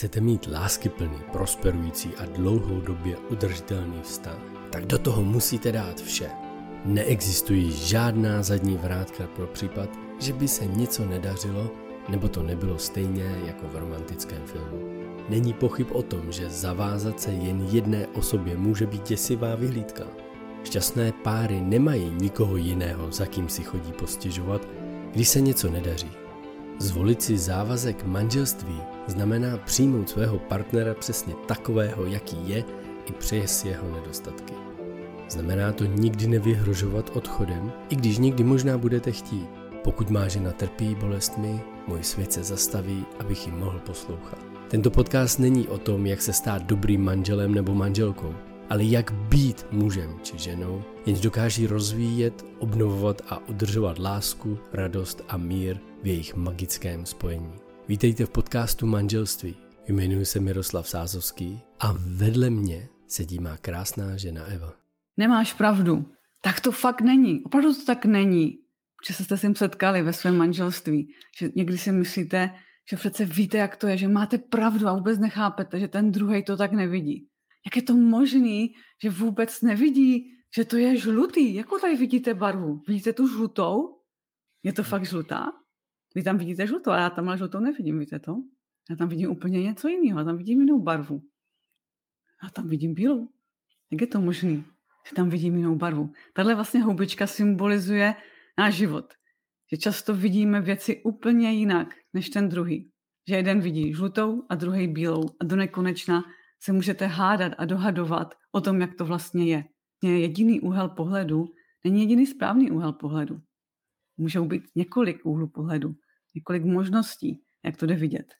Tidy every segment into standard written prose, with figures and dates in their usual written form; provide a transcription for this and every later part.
Chcete mít láskyplný, prosperující a dlouhodobě udržitelný vztah, tak do toho musíte dát vše. Neexistují žádná zadní vrátka pro případ, že by se něco nedařilo, nebo to nebylo stejně jako v romantickém filmu. Není pochyb o tom, že zavázat se jen jedné osobě může být děsivá vyhlídka. Šťastné páry nemají nikoho jiného, za kým si chodí postěžovat, když se něco nedaří. Zvolit si závazek manželství znamená přijmout svého partnera přesně takového, jaký je, i přes jeho nedostatky. Znamená to nikdy nevyhrožovat odchodem, i když někdy možná budete chtít. Pokud má žena trpí bolestmi, můj svět se zastaví, abych ji mohl poslouchat. Tento podcast není o tom, jak se stát dobrým manželem nebo manželkou, ale jak být mužem či ženou, jenž dokáží rozvíjet, obnovovat a udržovat lásku, radost a mír v jejich magickém spojení. Vítejte v podcastu Manželství. Jmenuji se Miroslav Sázovský a vedle mě sedí má krásná žena Eva. Nemáš pravdu. Tak to fakt není. Opravdu to tak není. Že jste s tím setkali ve svém manželství. Že někdy si myslíte, že přece víte, jak to je, že máte pravdu a vůbec nechápete, že ten druhej to tak nevidí. Jak je to možný, že vůbec nevidí, že to je žlutý? Jakou tady vidíte barvu? Vidíte tu žlutou? Je to fakt žlutá? Vy tam vidíte žlutou, ale já tam žlutou nevidím, víte to? Já tam vidím úplně něco jiného, já tam vidím jinou barvu. Já tam vidím bílou. Jak je to možný, že tam vidím jinou barvu? Tahle vlastně houbička symbolizuje náš život. Že často vidíme věci úplně jinak, než ten druhý. Že jeden vidí žlutou a druhý bílou a do nekonečna se můžete hádat a dohadovat o tom, jak to vlastně je. Je jediný úhel pohledu, není jediný správný úhel pohledu. Můžou být několik úhlů pohledu, několik možností, jak to jde vidět.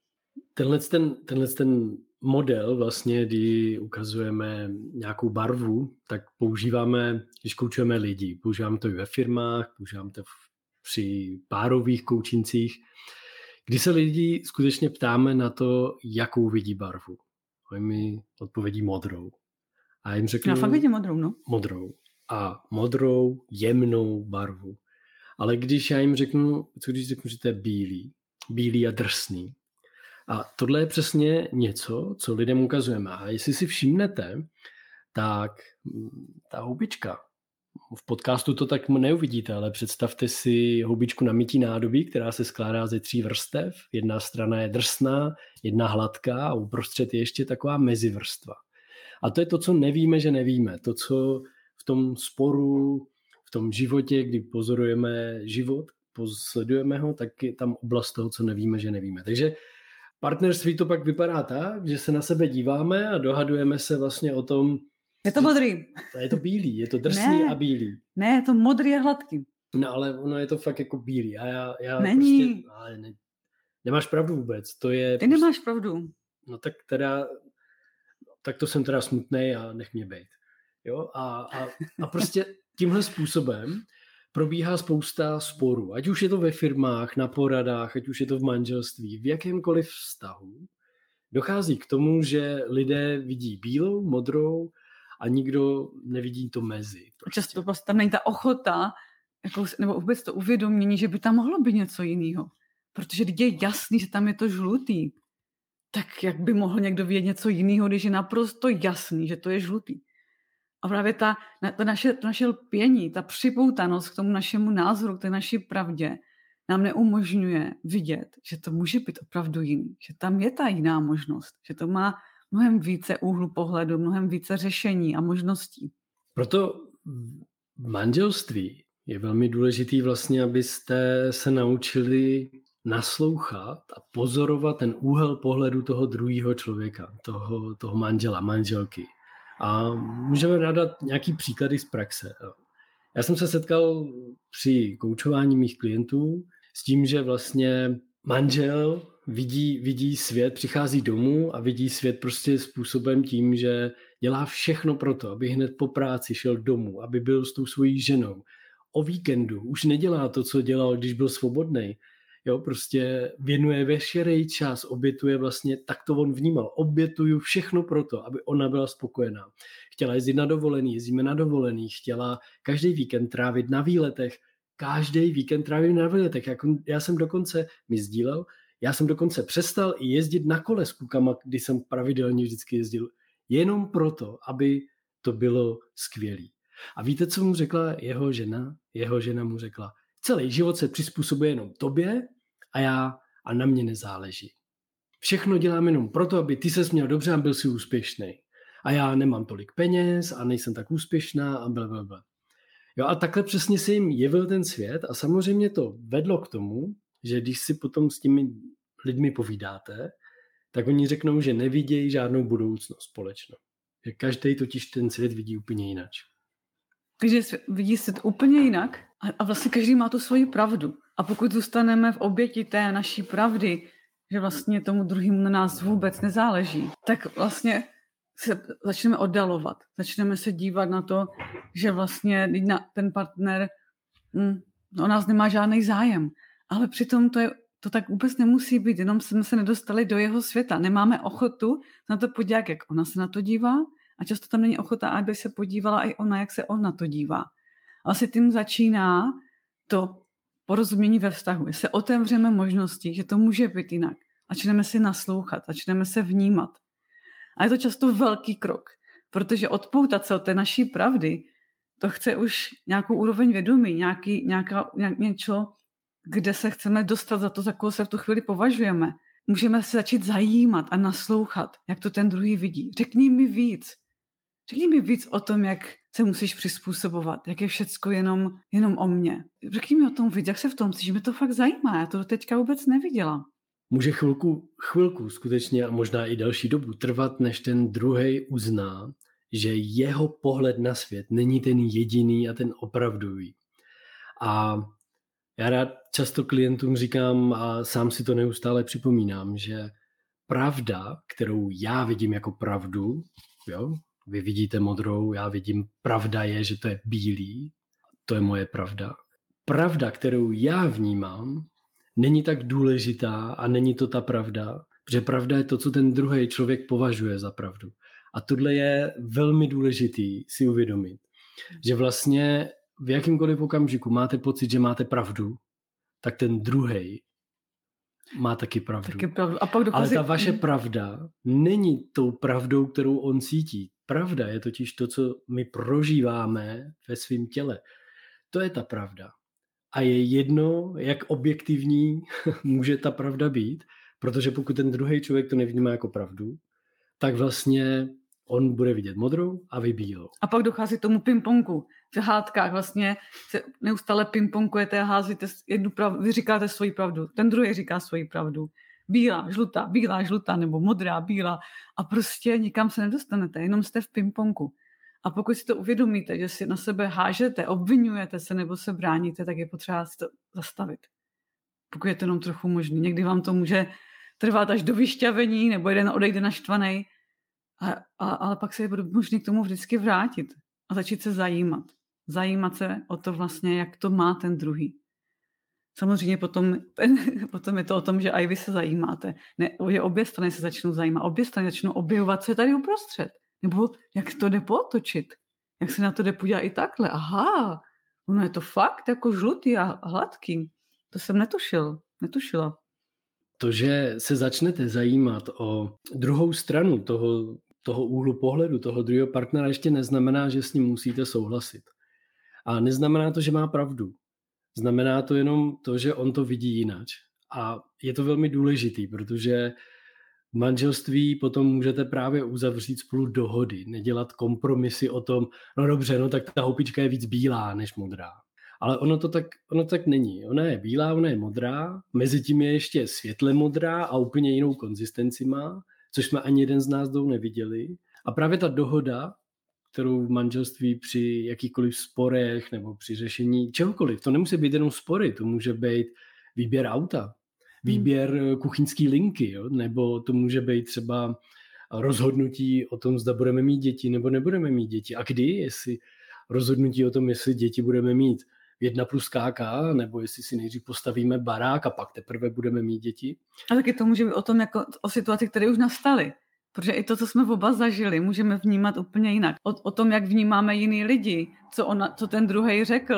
Tenhle model vlastně, kdy ukazujeme nějakou barvu, tak používáme, když koučujeme lidi. Používáme to i ve firmách, používáme to při párových koučincích, kdy se lidi skutečně ptáme na to, jakou vidí barvu. Oni mi odpovědí modrou. A já jim řeknu... Já fakt vidím modrou, no. Modrou. A modrou, jemnou barvu. Ale když já jim řeknu, že to je bílý a drsný. A tohle je přesně něco, co lidem ukazujeme. A jestli si všimnete, tak ta houbička, v podcastu to tak neuvidíte, ale představte si houbičku na mytí nádobí, která se skládá ze 3 vrstev. Jedna strana je drsná, jedna hladká a uprostřed je ještě taková mezivrstva. A to je to, co nevíme, že nevíme. To, co v tom sporu, v tom životě, kdy pozorujeme život, sledujeme ho, tak je tam oblast toho, co nevíme, že nevíme. Takže partnerství to pak vypadá tak, že se na sebe díváme a dohadujeme se vlastně o tom. Je to modrý. Je to bílý, je to drsný a bílý. Ne, je to modrý a hladký. No ale ono je to fakt jako bílý. A já není. Prostě, nemáš pravdu vůbec. To je Ty nemáš pravdu. No tak teda, tak to jsem teda smutnej a nech mě bejt. Jo? A prostě tímhle způsobem probíhá spousta sporů. Ať už je to ve firmách, na poradách, ať už je to v manželství, v jakémkoliv vztahu. Dochází k tomu, že lidé vidí bílou, modrou a nikdo nevidí to mezi. Prostě. Často prostě tam není ta ochota, nebo vůbec to uvědomění, že by tam mohlo být něco jiného. Protože když je jasný, že tam je to žlutý, tak jak by mohl někdo vědět něco jiného, když je naprosto jasný, že to je žlutý. A právě to naše lpění, ta připoutanost k tomu našemu názoru, k té naší pravdě, nám neumožňuje vidět, že to může být opravdu jiný. Že tam je ta jiná možnost. Že to má mnohem více úhlu pohledu, mnohem více řešení a možností. Proto v manželství je velmi důležitý vlastně, abyste se naučili naslouchat a pozorovat ten úhel pohledu toho druhého člověka, toho manžela, manželky. A můžeme nadat nějaký příklady z praxe. Já jsem se setkal při koučování mých klientů s tím, že vlastně manžel vidí svět, přichází domů a vidí svět prostě způsobem tím, že dělá všechno pro to, aby hned po práci šel domů, aby byl s tou svojí ženou. O víkendu už nedělá to, co dělal, když byl svobodnej. Jo, prostě věnuje veškerý čas, obětuje vlastně, tak to on vnímal. Obětuju všechno proto, aby ona byla spokojená. Chtěla jezdit na dovolený, jezdíme na dovolený, chtěla každý víkend trávit na výletech. Já jsem dokonce mi sdílel, Já jsem dokonce přestal i jezdit na kole s klukama, když jsem pravidelně vždycky jezdil, jenom proto, aby to bylo skvělý. A víte, co mu řekla jeho žena? Jeho žena mu řekla, celý život se přizpůsobuje jenom tobě a na mě nezáleží. Všechno dělám jenom proto, aby ty ses měl dobře a byl si úspěšný. A já nemám tolik peněz a nejsem tak úspěšná a blablabla. Jo, a takhle přesně se jim jevil ten svět a samozřejmě to vedlo k tomu, že když si potom s těmi lidmi povídáte, tak oni řeknou, že nevidějí žádnou budoucnost společnou. Že každý totiž ten svět vidí úplně jinak. Takže vidí svět úplně jinak a vlastně každý má tu svoji pravdu. A pokud zůstaneme v oběti té naší pravdy, že vlastně tomu druhému na nás vůbec nezáleží, tak vlastně se začneme oddalovat. Začneme se dívat na to, že vlastně ten partner o nás nemá žádný zájem. Ale přitom to tak vůbec nemusí být, jenom jsme se nedostali do jeho světa. Nemáme ochotu na to podívat, jak ona se na to dívá a často tam není ochota, aby se podívala i ona, jak se on na to dívá. Asi tím začíná to porozumění ve vztahu. Jestli otevřeme možnosti, že to může být jinak. Začneme si naslouchat, začneme se vnímat. A je to často velký krok, protože odpoutat se od té naší pravdy, to chce už nějakou úroveň vědomí, něco, kde se chceme dostat za to, za koho se v tu chvíli považujeme. Můžeme se začít zajímat a naslouchat, jak to ten druhý vidí. Řekni mi víc o tom, jak se musíš přizpůsobovat, jak je všecko jenom o mně. Řekni mi o tom víc, jak se v tom cítíš, mě to fakt zajímá, já to teďka vůbec neviděla. Může chvilku skutečně a možná i další dobu trvat, než ten druhej uzná, že jeho pohled na svět není ten jediný a ten opravdový. A já rád často klientům říkám a sám si to neustále připomínám, že pravda, kterou já vidím jako pravdu, jo, vy vidíte modrou, já vidím, pravda je, že to je bílý, to je moje pravda. Pravda, kterou já vnímám, není tak důležitá a není to ta pravda, protože pravda je to, co ten druhý člověk považuje za pravdu. A tohle je velmi důležitý si uvědomit, že vlastně v jakýmkoliv okamžiku máte pocit, že máte pravdu, tak ten druhej má taky pravdu. A pak Ale ta vaše pravda není tou pravdou, kterou on cítí. Pravda je totiž to, co my prožíváme ve svém těle. To je ta pravda. A je jedno, jak objektivní může ta pravda být, protože pokud ten druhý člověk to nevnímá jako pravdu, tak vlastně on bude vidět modrou a vy bílou. A pak dochází k tomu pingpongu. V hádkách vlastně se neustále pingpongujete a házíte jednu pravdu, vy říkáte svoji pravdu, ten druhý říká svoji pravdu. Bílá, žlutá, nebo modrá, bílá. A prostě nikam se nedostanete, jenom jste v pingpongu. A pokud si to uvědomíte, že si na sebe hážete, obvinujete se nebo se bráníte, tak je potřeba si to zastavit. Pokud je to jenom trochu možný. Někdy vám to může trvat až do vyšťavení, nebo jeden odejde naštvanej, ale pak se je možný k tomu vždycky vrátit a začít se zajímat. Zajímat se o to vlastně, jak to má ten druhý. Samozřejmě potom je to o tom, že i vy se zajímáte. Ne, obě strany se začnou zajímat. Obě strany začnou objevovat, co je tady uprostřed. Nebo jak to jde pootočit. Jak se na to jde podívat i takhle. Aha, ono je to fakt jako žlutý a hladký. To jsem netušila. To, že se začnete zajímat o druhou stranu toho úhlu pohledu, toho druhého partnera, ještě neznamená, že s ním musíte souhlasit. A neznamená to, že má pravdu. Znamená to jenom to, že on to vidí jinak. A je to velmi důležitý, protože v manželství potom můžete právě uzavřít spolu dohody, nedělat kompromisy o tom, no dobře, no tak ta houpička je víc bílá než modrá. Ale ono tak není. Ona je bílá, ona je modrá, mezi tím je ještě světle modrá a úplně jinou konzistenci má, což jsme ani jeden z nás dvou neviděli. A právě ta dohoda, kterou v manželství při jakýchkoliv sporech nebo při řešení čehokoliv, to nemusí být jenom spory, to může být výběr auta, výběr kuchyňské linky, jo? Nebo to může být třeba rozhodnutí o tom, zda budeme mít děti nebo nebudeme mít děti. A kdy, jestli rozhodnutí o tom, jestli děti budeme mít 1+ KK, nebo jestli si nejdřív postavíme barák a pak teprve budeme mít děti. A taky to může být o tom, jako o situaci, které už nastaly. Protože i to, co jsme oba zažili, můžeme vnímat úplně jinak. O tom, jak vnímáme jiný lidi, co ten druhej řekl,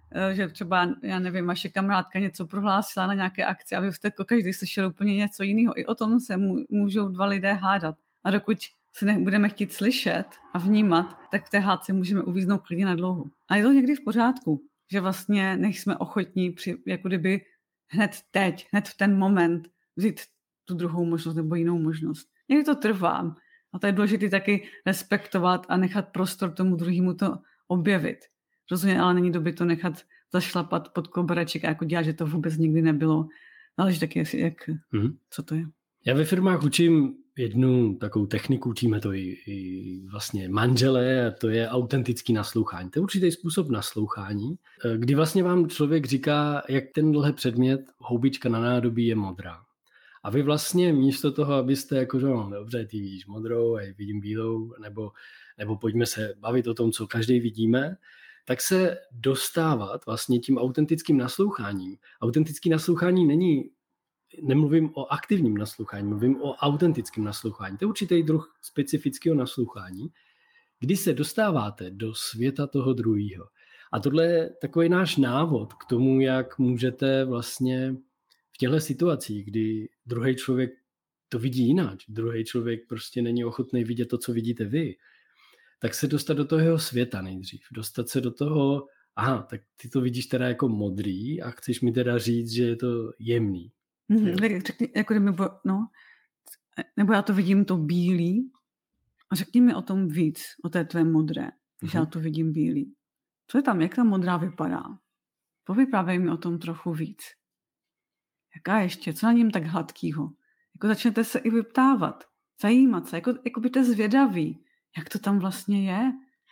že třeba, já nevím, vaše kamarádka něco prohlásila na nějaké akci a vy jste každý slyšel úplně něco jiného. I o tom se můžou dva lidé hádat. A dokud se nebudeme chtít slyšet a vnímat, tak v té hádce můžeme uvíznout klidně na dlouho. A je to někdy v pořádku, že vlastně nejsme ochotní jako kdyby hned v ten moment vzít tu druhou možnost nebo jinou možnost. Někdy to trvá. A to je důležité taky respektovat a nechat prostor tomu druhému to objevit. Rozhodně, ale není dobré to nechat zašlapat pod kobereček a jako dělat, že to vůbec nikdy nebylo. Záleží taky, co to je. Já ve firmách učím jednu takovou techniku, učíme to i vlastně manžele, a to je autentický naslouchání. To je určitý způsob naslouchání, kdy vlastně vám člověk říká, jak tenhle předmět, houbička na nádobí je modrá. A vy vlastně místo toho, abyste jako, že no, dobře, ty vidíš modrou a já vidím bílou, nebo pojďme se bavit o tom, co každý vidíme, tak se dostávat vlastně tím autentickým nasloucháním. Autentický naslouchání nemluvím o aktivním naslouchání, mluvím o autentickém naslouchání. To je určitý druh specifického naslouchání, kdy se dostáváte do světa toho druhého. A tohle je takový náš návod k tomu, jak můžete vlastně v těchto situacích, kdy druhý člověk to vidí jinak, druhý člověk prostě není ochotný vidět to, co vidíte vy, tak se dostat do toho jeho světa nejdřív. Dostat se do toho, aha, tak ty to vidíš teda jako modrý a chceš mi teda říct, že je to jemný. Řekni, jako nebo já to vidím to bílý a řekni mi o tom víc, o té tvé modré, když já to vidím bílý. Co je tam, jak ta modrá vypadá? Povyprávěj mi o tom trochu víc. Jaká ještě? Co na něm tak hladkýho? Jako začnete se i vyptávat, zajímat se, jako byte zvědaví, jak to tam vlastně je.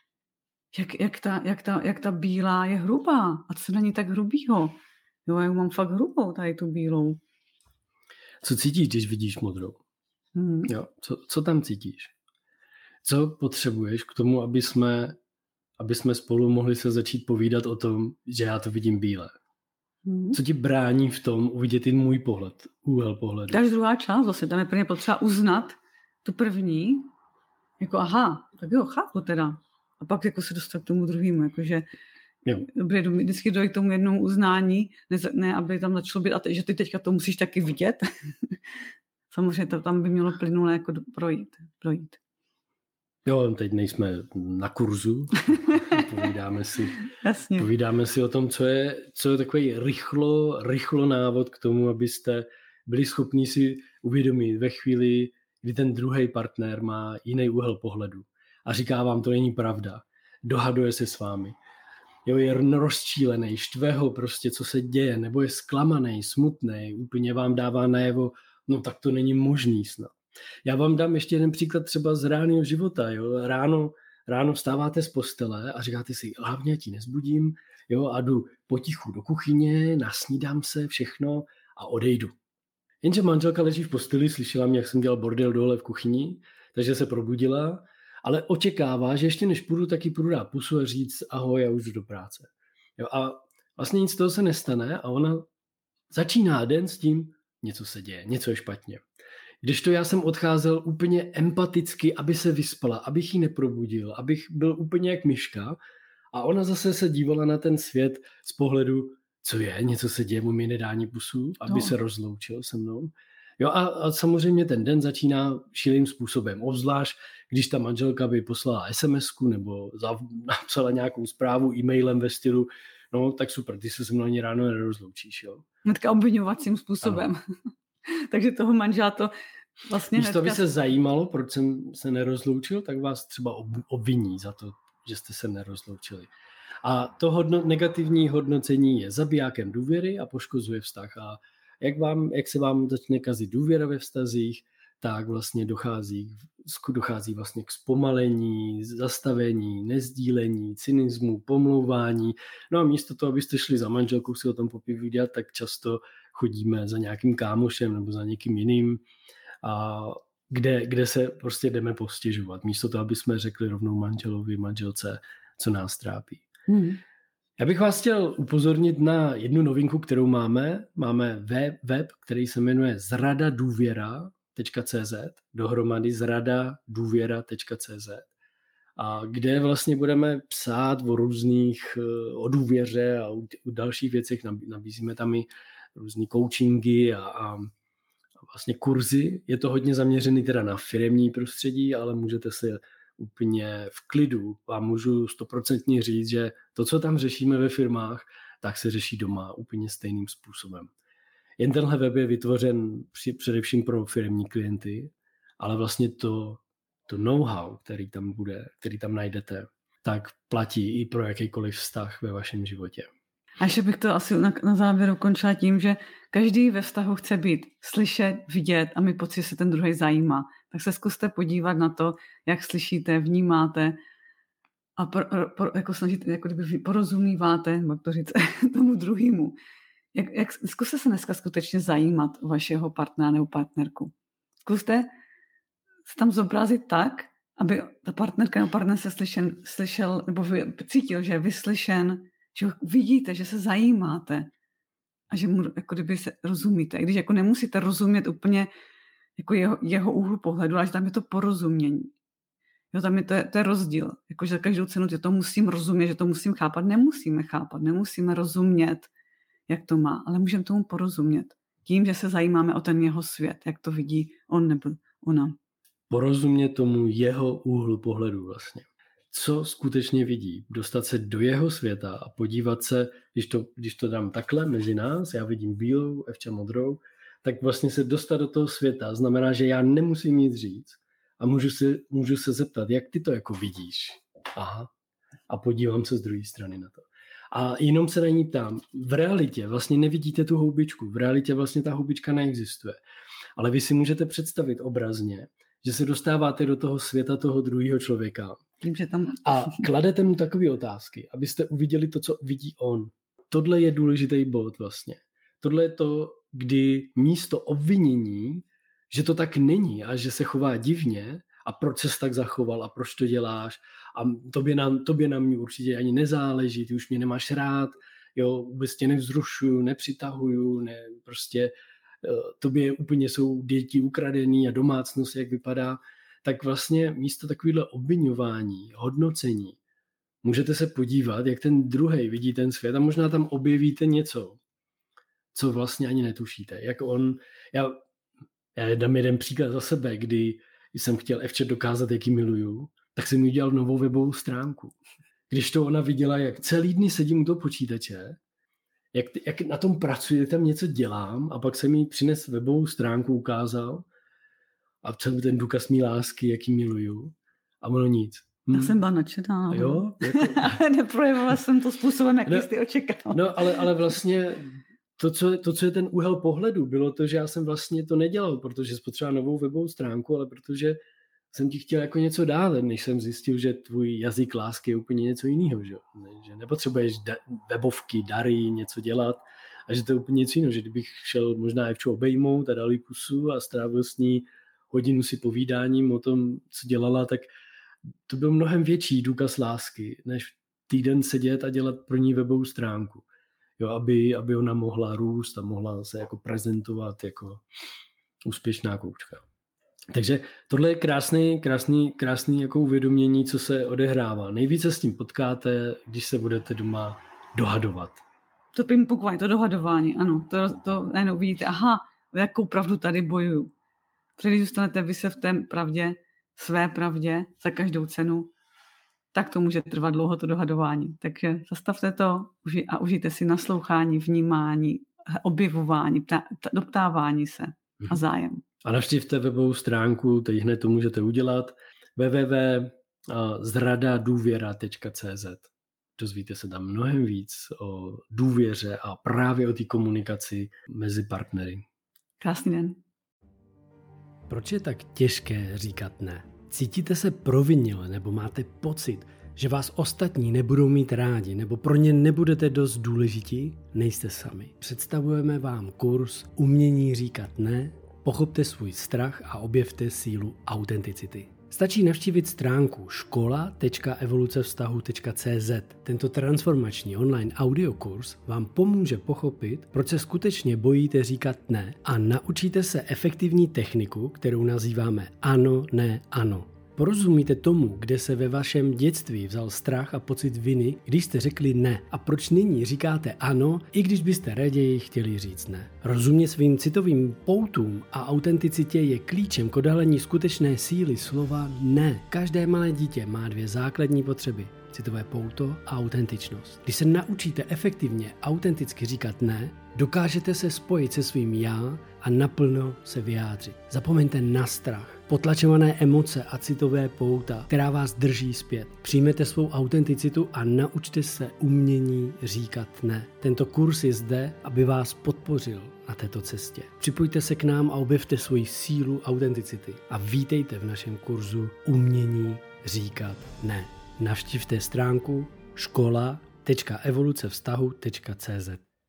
Jak ta bílá je hrubá. A co na ní tak hrubýho? Jo, já mám fakt hrubou, tady tu bílou. Co cítíš, když vidíš modrou? Jo, co tam cítíš? Co potřebuješ k tomu, aby jsme spolu mohli se začít povídat o tom, že já to vidím bílé? Co ti brání v tom uvidět i můj pohled, úhel pohledu? To je druhá část vlastně, tam je prvně potřeba uznat tu první, jako aha, tak jo, chápu teda. A pak jako se dostat k tomu druhému, jakože dobré, vždycky dojít k tomu jednomu uznání, ne aby tam začalo být, a že ty teďka to musíš taky vidět. Samozřejmě to tam by mělo plynule jako projít. Jo, teď nejsme na kurzu, povídáme si o tom, co je takový rychlo návod k tomu, abyste byli schopni si uvědomit ve chvíli, kdy ten druhý partner má jiný úhel pohledu a říká vám, to není pravda, dohaduje se s vámi. Jo, je rozčílený, štve ho prostě, co se děje, nebo je zklamaný, smutný, úplně vám dává najevo, no tak to není možný snad. Já vám dám ještě jeden příklad třeba z reálného života. Jo. Ráno vstáváte z postele a říkáte si, hlavně ti nezbudím, jo, a jdu potichu do kuchyně, nasnídám se, všechno a odejdu. Jenže manželka leží v posteli, slyšela mě, jak jsem dělal bordel dole v kuchyni, takže se probudila, ale očekává, že ještě než půjdu, tak jí půjdu dát pusu a říct ahoj, já už jdu do práce. Jo, a vlastně nic z toho se nestane a ona začíná den s tím, něco se děje, něco je špatně. Když to já jsem odcházel úplně empaticky, aby se vyspala, abych ji neprobudil, abych byl úplně jak myška a ona zase se dívala na ten svět z pohledu, co je, něco se děje, mu mi nedá ani pusu, aby se rozloučil se mnou. Jo, a samozřejmě ten den začíná šíleným způsobem, obzvlášť, když ta manželka by poslala SMS-ku nebo napsala nějakou zprávu e-mailem ve stylu, no tak super, ty se mnou ani ráno nerozloučíš. Jo. Taká obviňovacím způsobem. Takže toho manžela to vlastně... Místo by se zajímalo, proč jsem se nerozloučil, tak vás třeba obviní za to, že jste se nerozloučili. A to negativní hodnocení je zabijákem důvěry a poškozuje vztah. A jak se vám začne kazit důvěra ve vztazích, tak vlastně dochází vlastně k zpomalení, zastavení, nezdílení, cynismu, pomlouvání. No a místo toho, abyste šli za manželkou si o tom popovídat, tak často chodíme za nějakým kámošem nebo za někým jiným, a kde se prostě jdeme postěžovat. Místo toho, aby jsme řekli rovnou manželovi, manželce, co nás trápí. Já bych vás chtěl upozornit na jednu novinku, kterou máme. Máme web, který se jmenuje zradadůvěra.cz, dohromady zradadůvěra.cz. a kde vlastně budeme psát o důvěře a o dalších věcech. Nabízíme tam i různý coachingy a vlastně kurzy. Je to hodně zaměřený teda na firemní prostředí, ale můžete si úplně v klidu, vám můžu 100% říct, že to, co tam řešíme ve firmách, tak se řeší doma úplně stejným způsobem. Jen tenhle web je vytvořen především pro firemní klienty, ale vlastně to know-how, který tam najdete, tak platí i pro jakýkoliv vztah ve vašem životě. A ještě bych to asi na závěr ukončila tím, že každý ve vztahu chce být slyšet, vidět a mít pocit, že se ten druhý zajímá. Tak se zkuste podívat na to, jak slyšíte, vnímáte a jako snažíte, jako kdyby porozumíváte, jak to říct, tomu druhému. Zkuste se dneska skutečně zajímat o vašeho partnera nebo partnerku. Zkuste se tam zobrazit tak, aby ta partnerka nebo partner se slyšel nebo cítil, že je vyslyšen, že vidíte, že se zajímáte a že mu jako kdyby se rozumíte. I když jako nemusíte rozumět úplně jako jeho úhlu pohledu, ale že tam je to porozumění. Jo, tam je to je rozdíl. Jako, že za každou cenu, že to musím rozumět, že to musím chápat. Nemusíme chápat, nemusíme rozumět, jak to má, ale můžeme tomu porozumět. Tím, že se zajímáme o ten jeho svět, jak to vidí on nebo ona. Porozumět tomu jeho úhlu pohledu vlastně. Co skutečně vidí, dostat se do jeho světa a podívat se, když to dám takhle mezi nás, já vidím bílou, Evča modrou, tak vlastně se dostat do toho světa znamená, že já nemusím nic říct a můžu se zeptat, jak ty to jako vidíš. Aha. A podívám se z druhé strany na to. A jenom se na ní ptám. V realitě vlastně nevidíte tu houbičku. V realitě vlastně ta houbička neexistuje. Ale vy si můžete představit obrazně, že se dostáváte do toho světa toho druhého člověka a kladete mu takové otázky, abyste uviděli to, co vidí on. Tohle je důležitý bod vlastně. Tohle je to, kdy místo obvinění, že to tak není a že se chová divně a proč ses tak zachoval a proč to děláš a tobě na mě určitě ani nezáleží, ty už mě nemáš rád, jo, vůbec tě nevzrušuju, nepřitahuju, prostě tobě úplně jsou děti ukradený a domácnost, jak vypadá, tak vlastně místo takovéhle obviňování, hodnocení, můžete se podívat, jak ten druhej vidí ten svět a možná tam objevíte něco, co vlastně ani netušíte. Já dám jeden příklad za sebe, kdy jsem chtěl Evče dokázat, jak ji miluju, tak jsem jí udělal novou webovou stránku. Když to ona viděla, jak celý dny sedím u toho počítače, jak na tom pracuji, tam něco dělám a pak jsem jí přines webovou stránku, ukázal a celý ten důkaz mý lásky, jak ji miluju a ono nic. Já jsem byla nadšená. Jo? Neprojevila jsem to způsobem, jak jsi očekal. No, ale vlastně to, co je ten úhel pohledu, bylo to, že já jsem vlastně to nedělal, protože jsem potřeboval novou webovou stránku, ale protože jsem ti chtěl jako něco dát, než jsem zjistil, že tvůj jazyk lásky je úplně něco jiného, že nepotřebuješ webovky, dary, něco dělat a že to je úplně něco jiného, že kdybych šel možná Evču obejmout a dal jí pusu a strávil s ní hodinu si povídáním o tom, co dělala, tak to byl mnohem větší důkaz lásky, než týden sedět a dělat pro ní webovou stránku. Jo, aby ona mohla růst a mohla se jako prezentovat jako úspěšná koučka. Takže tohle je krásný jako uvědomění, co se odehrává. Nejvíce s tím potkáte, když se budete doma dohadovat. To ping-pongování, to dohadování, ano. To najednou vidíte, aha, jakou pravdu tady bojuju. Když zůstanete vy se v té pravdě, své pravdě, za každou cenu, tak to může trvat dlouho to dohadování. Takže zastavte to a užijte si naslouchání, vnímání, objevování, doptávání se a zájem. A navštivte webovou stránku, teď hned to můžete udělat, www.zradadůvěra.cz. Dozvíte se tam mnohem víc o důvěře a právě o té komunikaci mezi partnery. Krásný den. Proč je tak těžké říkat ne? Cítíte se provinile nebo máte pocit, že vás ostatní nebudou mít rádi nebo pro ně nebudete dost důležití? Nejste sami. Představujeme vám kurz Umění říkat ne, pochopte svůj strach a objevte sílu autenticity. Stačí navštívit stránku škola.evolucevztahu.cz. Tento transformační online audiokurs vám pomůže pochopit, proč se skutečně bojíte říkat ne a naučíte se efektivní techniku, kterou nazýváme ano, ne, ano. Porozumíte tomu, kde se ve vašem dětství vzal strach a pocit viny, když jste řekli ne, a proč nyní říkáte ano, i když byste raději chtěli říct ne. Rozumět svým citovým poutům a autenticitě je klíčem k odhalení skutečné síly slova ne. Každé malé dítě má 2 základní potřeby: citové pouto a autentičnost. Když se naučíte efektivně autenticky říkat ne, dokážete se spojit se svým já a naplno se vyjádřit. Zapomeňte na strach, potlačované emoce a citové pouta, která vás drží zpět. Přijměte svou autenticitu a naučte se umění říkat ne. Tento kurz je zde, aby vás podpořil na této cestě. Připojte se k nám a objevte svoji sílu autenticity a vítejte v našem kurzu Umění říkat ne. Navštivte stránku škola.evolucevztahu.cz.